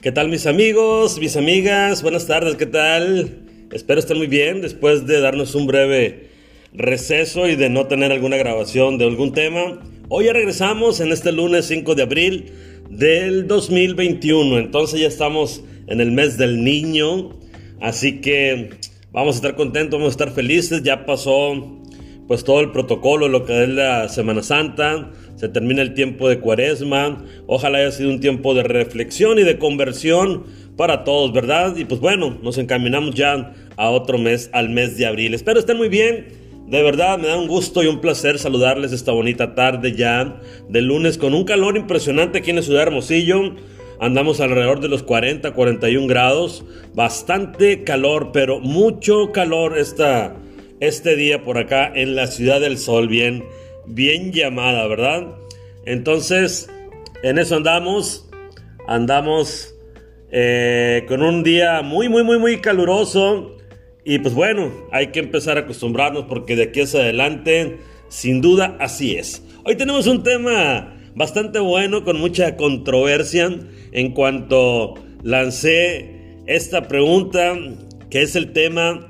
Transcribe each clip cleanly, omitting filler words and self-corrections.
¿Qué tal mis amigos, mis amigas? Buenas tardes, ¿qué tal? Espero estén muy bien después de darnos un breve receso y de no tener alguna grabación de algún tema. Hoy ya regresamos en este lunes 5 de abril del 2021. Entonces ya estamos en el mes del niño. Así que vamos a estar contentos, vamos a estar felices. Ya pasó pues todo el protocolo, lo que es la Semana Santa. Se termina el tiempo de Cuaresma. Ojalá haya sido un tiempo de reflexión y de conversión para todos, ¿verdad? Y pues bueno, nos encaminamos ya a otro mes, al mes de abril. Espero estén muy bien. De verdad, me da un gusto y un placer saludarles esta bonita tarde ya de lunes con un calor impresionante aquí en la ciudad de Hermosillo. Andamos alrededor de los 40, 41 grados. Bastante calor, pero mucho calor este día por acá en la Ciudad del Sol, bien llamada, ¿verdad? Entonces, en eso andamos con un día muy caluroso. Y pues bueno, hay que empezar a acostumbrarnos porque de aquí hacia adelante, sin duda, así es. Hoy tenemos un tema bastante bueno, con mucha controversia, en cuanto lancé esta pregunta, que es el tema: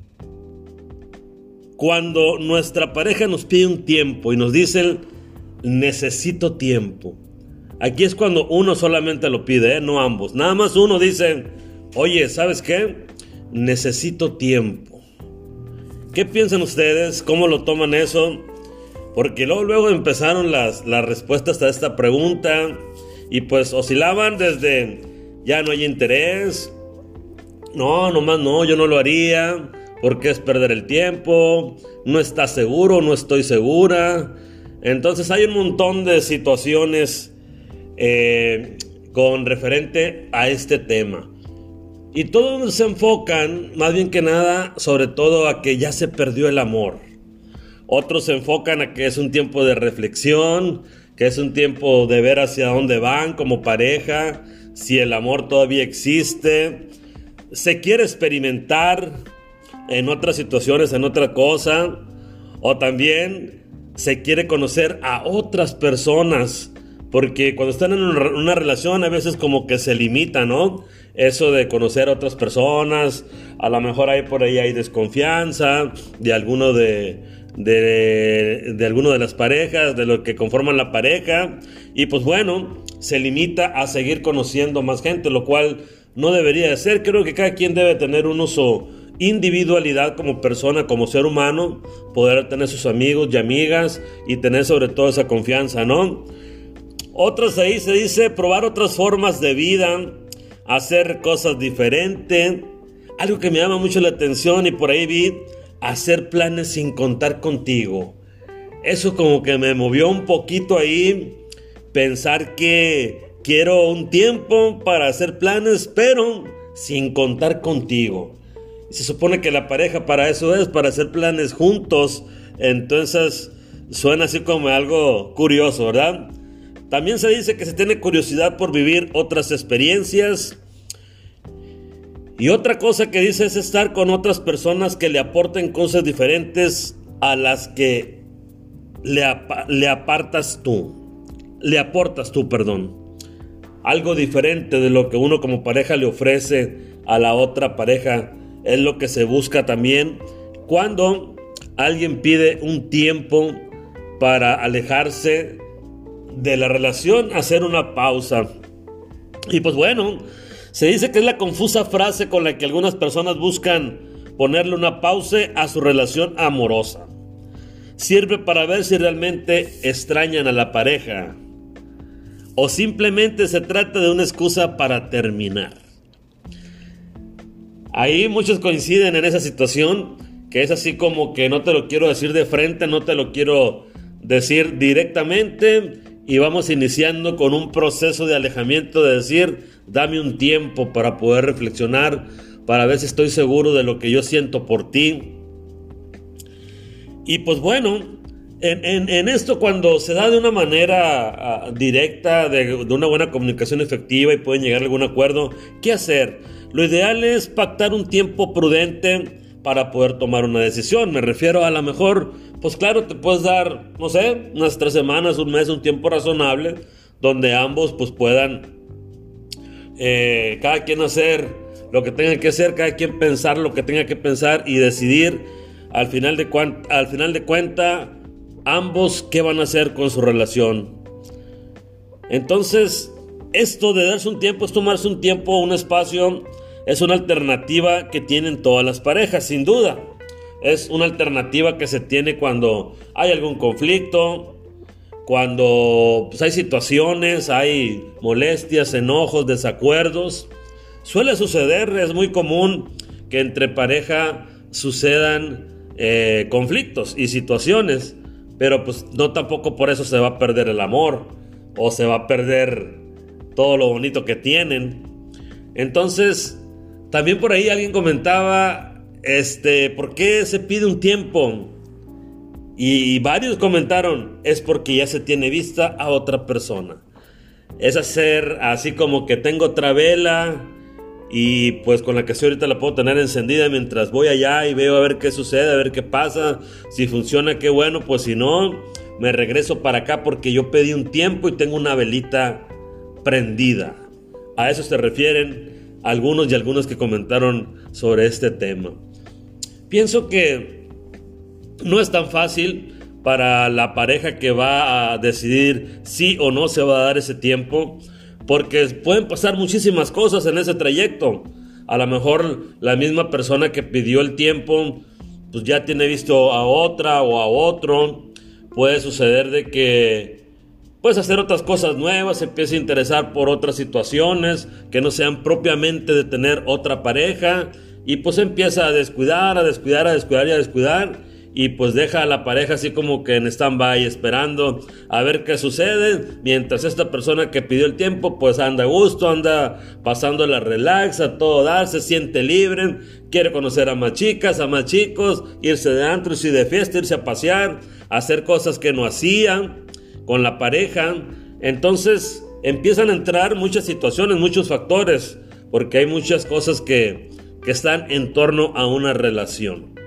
cuando nuestra pareja nos pide un tiempo y nos dicen, necesito tiempo. Aquí es cuando uno solamente lo pide, no ambos. Nada más uno dice, oye, ¿sabes qué? Necesito tiempo. ¿Qué piensan ustedes? ¿Cómo lo toman eso? Porque luego empezaron las respuestas a esta pregunta y pues oscilaban desde ya no hay interés, no, nomás no, yo no lo haría, porque es perder el tiempo, no está seguro, no estoy segura. Entonces hay un montón de situaciones con referente a este tema. Y todos se enfocan, más bien que nada, sobre todo a que ya se perdió el amor. Otros se enfocan a que es un tiempo de reflexión, que es un tiempo de ver hacia dónde van como pareja, si el amor todavía existe. Se quiere experimentar en otras situaciones, en otra cosa, o también se quiere conocer a otras personas, porque cuando están en una relación a veces como que se limita, ¿no? Eso de conocer a otras personas, a lo mejor por ahí hay desconfianza de alguno de alguno de las parejas, de lo que conforman la pareja, y pues bueno, se limita a seguir conociendo más gente, lo cual no debería de ser. Creo que cada quien debe tener su individualidad como persona, como ser humano, poder tener sus amigos y amigas y tener sobre todo esa confianza, ¿no? Otros ahí se dice probar otras formas de vida, hacer cosas diferentes. Algo que me llama mucho la atención y por ahí vi, hacer planes sin contar contigo. Eso como que me movió un poquito ahí, pensar que quiero un tiempo para hacer planes, pero sin contar contigo. Se supone que la pareja para eso es, para hacer planes juntos. Entonces suena así como algo curioso, ¿verdad? También se dice que se tiene curiosidad por vivir otras experiencias. Y otra cosa que dice es estar con otras personas que le aporten cosas diferentes a las que le aportas tú, Algo diferente de lo que uno como pareja le ofrece a la otra pareja es lo que se busca también cuando alguien pide un tiempo para alejarse de la relación, hacer una pausa. Y pues bueno, se dice que es la confusa frase con la que algunas personas buscan ponerle una pausa a su relación amorosa. Sirve para ver si realmente extrañan a la pareja o simplemente se trata de una excusa para terminar. Ahí muchos coinciden en esa situación, que es así como que no te lo quiero decir de frente, no te lo quiero decir directamente, y vamos iniciando con un proceso de alejamiento, de decir, dame un tiempo para poder reflexionar, para ver si estoy seguro de lo que yo siento por ti. Y pues bueno, en esto, cuando se da de una manera directa, de una buena comunicación efectiva y pueden llegar a algún acuerdo, ¿qué hacer? Lo ideal es pactar un tiempo prudente para poder tomar una decisión. Me refiero a lo mejor, pues claro, te puedes dar, no sé, unas 3 semanas, un mes, un tiempo razonable, donde ambos pues puedan cada quien hacer lo que tenga que hacer, cada quien pensar lo que tenga que pensar y decidir al final de cuenta ambos qué van a hacer con su relación. Entonces, esto de darse un tiempo es tomarse un tiempo, un espacio, es una alternativa que tienen todas las parejas, sin duda. Es una alternativa que se tiene cuando hay algún conflicto, cuando pues, hay situaciones, hay molestias, enojos, desacuerdos. Suele suceder, es muy común que entre pareja sucedan conflictos y situaciones, pero pues no tampoco por eso se va a perder el amor o se va a perder todo lo bonito que tienen. Entonces, también por ahí alguien comentaba, ¿por qué se pide un tiempo? Y varios comentaron, es porque ya se tiene vista a otra persona. Es hacer así como que tengo otra vela y pues con la que estoy ahorita la puedo tener encendida mientras voy allá y veo a ver qué sucede, a ver qué pasa. Si funciona, qué bueno, pues si no, me regreso para acá porque yo pedí un tiempo y tengo una velita prendida. A eso se refieren algunos y algunos que comentaron sobre este tema. Pienso que no es tan fácil para la pareja que va a decidir si o no se va a dar ese tiempo, porque pueden pasar muchísimas cosas en ese trayecto. A lo mejor la misma persona que pidió el tiempo pues ya tiene visto a otra o a otro. Puede suceder de que puedes hacer otras cosas nuevas, se empieza a interesar por otras situaciones que no sean propiamente de tener otra pareja, y pues empieza a descuidar y pues deja a la pareja así como que en stand-by esperando a ver qué sucede, mientras esta persona que pidió el tiempo pues anda a gusto, anda pasando la relax, a todo dar, se siente libre, quiere conocer a más chicas, a más chicos, irse de antros y de fiesta, irse a pasear, hacer cosas que no hacían con la pareja. Entonces empiezan a entrar muchas situaciones, muchos factores, porque hay muchas cosas que están en torno a una relación.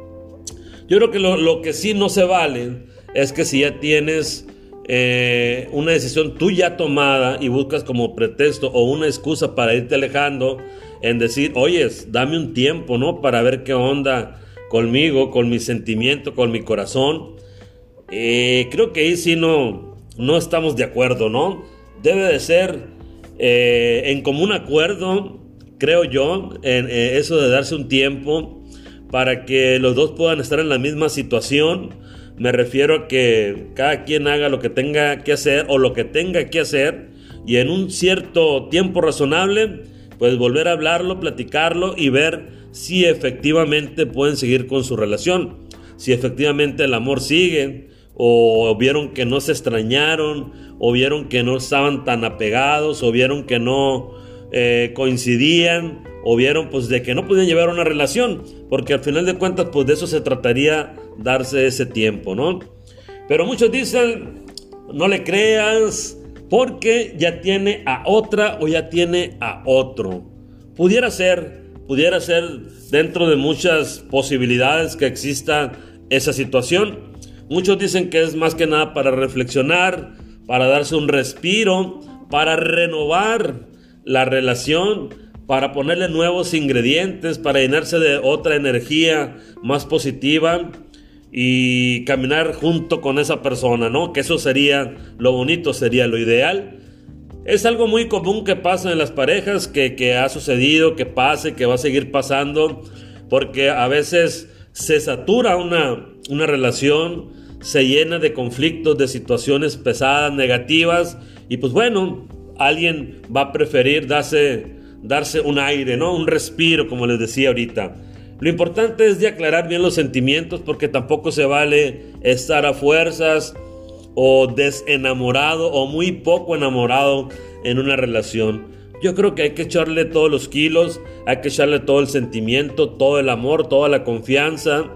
Yo creo que lo que sí no se vale es que si ya tienes una decisión tú ya tomada y buscas como pretexto o una excusa para irte alejando, en decir, oye, dame un tiempo, ¿no? Para ver qué onda conmigo, con mi sentimiento, con mi corazón. Creo que ahí sí no estamos de acuerdo, ¿no? Debe de ser en común acuerdo, creo yo, en eso de darse un tiempo para que los dos puedan estar en la misma situación. Me refiero a que cada quien haga lo que tenga que hacer o lo que tenga que hacer, y en un cierto tiempo razonable pues volver a hablarlo, platicarlo y ver si efectivamente pueden seguir con su relación, si efectivamente el amor sigue, o vieron que no se extrañaron, o vieron que no estaban tan apegados, o vieron que no coincidían, o vieron pues de que no podían llevar una relación, porque al final de cuentas pues de eso se trataría, darse ese tiempo, ¿no? Pero muchos dicen, no le creas porque ya tiene a otra o ya tiene a otro. Pudiera ser dentro de muchas posibilidades que exista esa situación. Muchos dicen que es más que nada para reflexionar, para darse un respiro, para renovar la relación, para ponerle nuevos ingredientes, para llenarse de otra energía más positiva y caminar junto con esa persona, ¿no? Que eso sería lo bonito, sería lo ideal. Es algo muy común que pasa en las parejas, que ha sucedido, que pase, que va a seguir pasando, porque a veces se satura una relación, se llena de conflictos, de situaciones pesadas, negativas, y pues bueno, alguien va a preferir darse un aire, ¿no? Un respiro, como les decía ahorita. Lo importante es de aclarar bien los sentimientos, porque tampoco se vale estar a fuerzas o desenamorado o muy poco enamorado en una relación. Yo creo que hay que echarle todos los kilos, hay que echarle todo el sentimiento, todo el amor, toda la confianza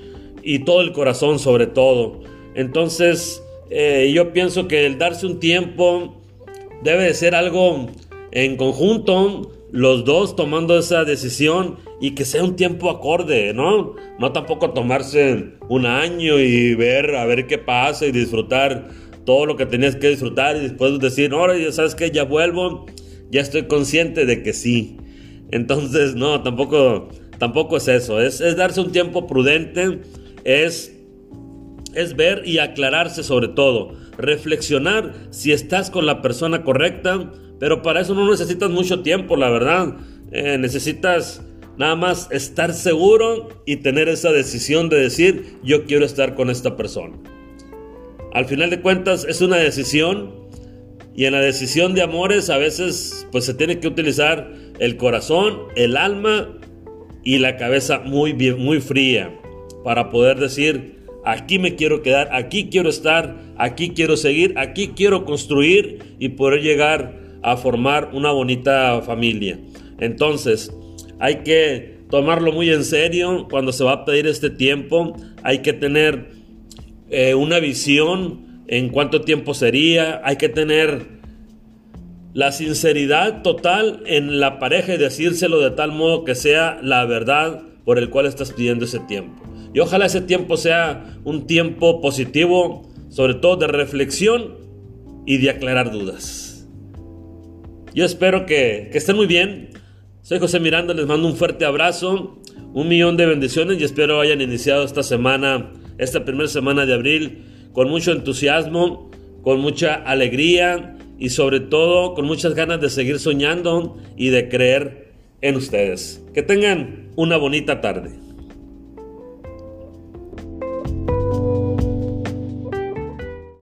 y todo el corazón sobre todo. Entonces yo pienso que el darse un tiempo debe de ser algo en conjunto, los dos tomando esa decisión, y que sea un tiempo acorde, ¿no? No tampoco tomarse un año y a ver qué pasa y disfrutar todo lo que tenías que disfrutar y después decir, ahora ya sabes que ya vuelvo, ya estoy consciente de que sí. Entonces, no, tampoco es eso. Es darse un tiempo prudente, es ver y aclararse sobre todo. Reflexionar si estás con la persona correcta, pero para eso no necesitas mucho tiempo, la verdad. Necesitas nada más estar seguro y tener esa decisión de decir, yo quiero estar con esta persona. Al final de cuentas es una decisión, y en la decisión de amores a veces pues se tiene que utilizar el corazón, el alma y la cabeza muy bien, muy fría, para poder decir, aquí me quiero quedar, aquí quiero estar, aquí quiero seguir, aquí quiero construir y poder llegar a formar una bonita familia. Entonces hay que tomarlo muy en serio cuando se va a pedir este tiempo. Hay que tener una visión en cuánto tiempo sería. Hay que tener la sinceridad total en la pareja y decírselo de tal modo que sea la verdad por el cual estás pidiendo ese tiempo. Y ojalá ese tiempo sea un tiempo positivo, sobre todo de reflexión y de aclarar dudas. Yo espero que estén muy bien. Soy José Miranda, les mando un fuerte abrazo, 1,000,000 de bendiciones y espero hayan iniciado esta primera semana de abril con mucho entusiasmo, con mucha alegría y sobre todo con muchas ganas de seguir soñando y de creer en ustedes. Que tengan una bonita tarde.